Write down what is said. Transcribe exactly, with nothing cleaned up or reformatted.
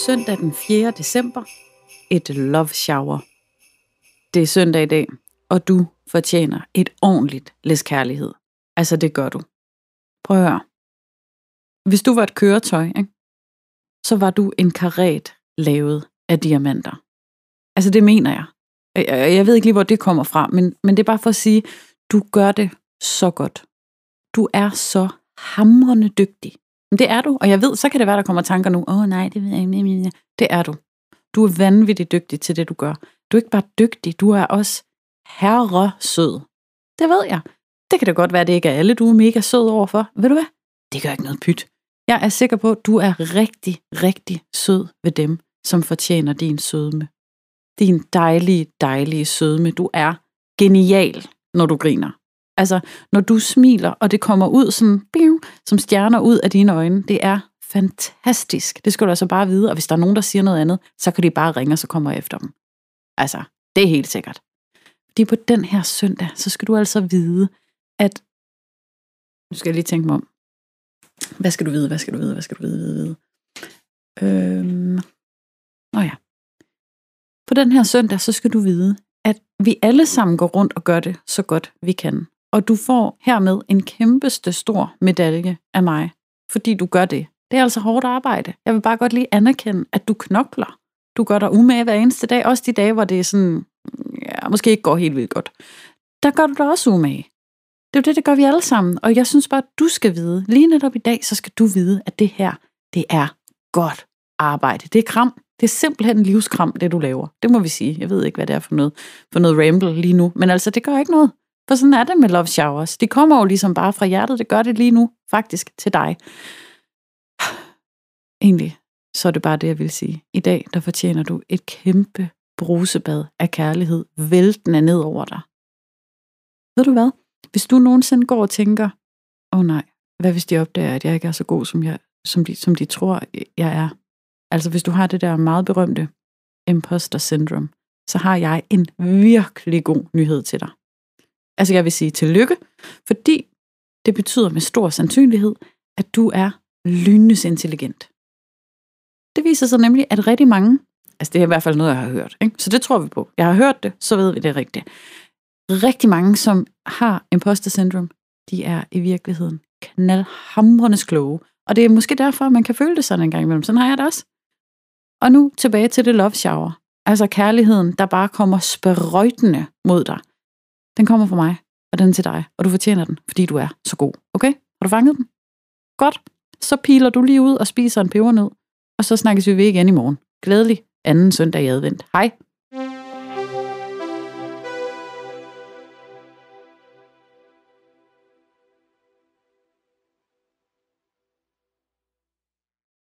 søndag den fjerde december. Et love shower. Det er søndag i dag, og du fortjener et ordentligt læs kærlighed. Altså, det gør du. Prøv at høre. Hvis du var et køretøj, ikke? Så var du en karet lavet af diamanter. Altså, det mener jeg. Jeg ved ikke lige, hvor det kommer fra, men, men det er bare for at sige, du gør det så godt. Du er så hamrende dygtig. Men det er du, og jeg ved, så kan det være, der kommer tanker nu. Åh oh, nej, det ved jeg ikke. Det er du. Du er vanvittigt dygtig til det, du gør. Du er ikke bare dygtig, du er også herresød. Det ved jeg. Det kan da godt være, at det ikke er alle, du er mega sød overfor. Ved du hvad? Det gør ikke noget pyt. Jeg er sikker på, at du er rigtig, rigtig sød ved dem, som fortjener din sødme. Din dejlige, dejlige sødme. Du er genial, når du griner. Altså, når du smiler, og det kommer ud som, biu, som stjerner ud af dine øjne, det er fantastisk. Det skal du altså bare vide, og hvis der er nogen, der siger noget andet, så kan de bare ringe, og så kommer jeg efter dem. Altså, det er helt sikkert. Fordi på den her søndag, så skal du altså vide, at... Nu skal jeg lige tænke mig om. Hvad skal du vide, hvad skal du vide, hvad skal du vide, vide, vide? Øhm... Nå ja. På den her søndag, så skal du vide, at vi alle sammen går rundt og gør det så godt vi kan. Og du får hermed en kæmpeste stor medalje af mig, fordi du gør det. Det er altså hårdt arbejde. Jeg vil bare godt lige anerkende, at du knokler. Du gør dig umage hver eneste dag, også de dage, hvor det er sådan, ja, måske ikke går helt vildt godt. Der gør du dig også umage. Det er jo det, det gør vi alle sammen. Og jeg synes bare, at du skal vide, lige netop i dag, så skal du vide, at det her, det er godt arbejde. Det er kram. Det er simpelthen en livskram, det du laver. Det må vi sige. Jeg ved ikke, hvad det er for noget, for noget ramble lige nu. Men altså, det gør ikke noget. For sådan er det med love showers. De kommer jo ligesom bare fra hjertet. Det gør det lige nu, faktisk, til dig. Egentlig, så er det bare det, jeg vil sige. I dag, der fortjener du et kæmpe brusebad af kærlighed, væltende ned over dig. Ved du hvad? Hvis du nogensinde går og tænker, åh oh, nej, hvad hvis de opdager, at jeg ikke er så god, som, jeg, som, de, som de tror, jeg er? Altså, hvis du har det der meget berømte imposter syndrome, så har jeg en virkelig god nyhed til dig. Altså, jeg vil sige tillykke, fordi det betyder med stor sandsynlighed, at du er lynende intelligent. Det viser sig nemlig, at rigtig mange, altså det er i hvert fald noget, jeg har hørt, ikke? Så det tror vi på. Jeg har hørt det, så ved vi det rigtigt. Rigtig mange, som har imposter syndrome, de er i virkeligheden knaldhamrende kloge. Og det er måske derfor, man kan føle det sådan en gang imellem. Sådan har jeg det også. Og nu tilbage til det love shower. Altså kærligheden, der bare kommer sprøjtende mod dig. Den kommer fra mig, og den er til dig. Og du fortjener den, fordi du er så god. Okay? Har du fanget den? Godt. Så piler du lige ud og spiser en pebernød. Og så snakkes vi ved igen i morgen. Glædelig anden søndag i advent. Hej.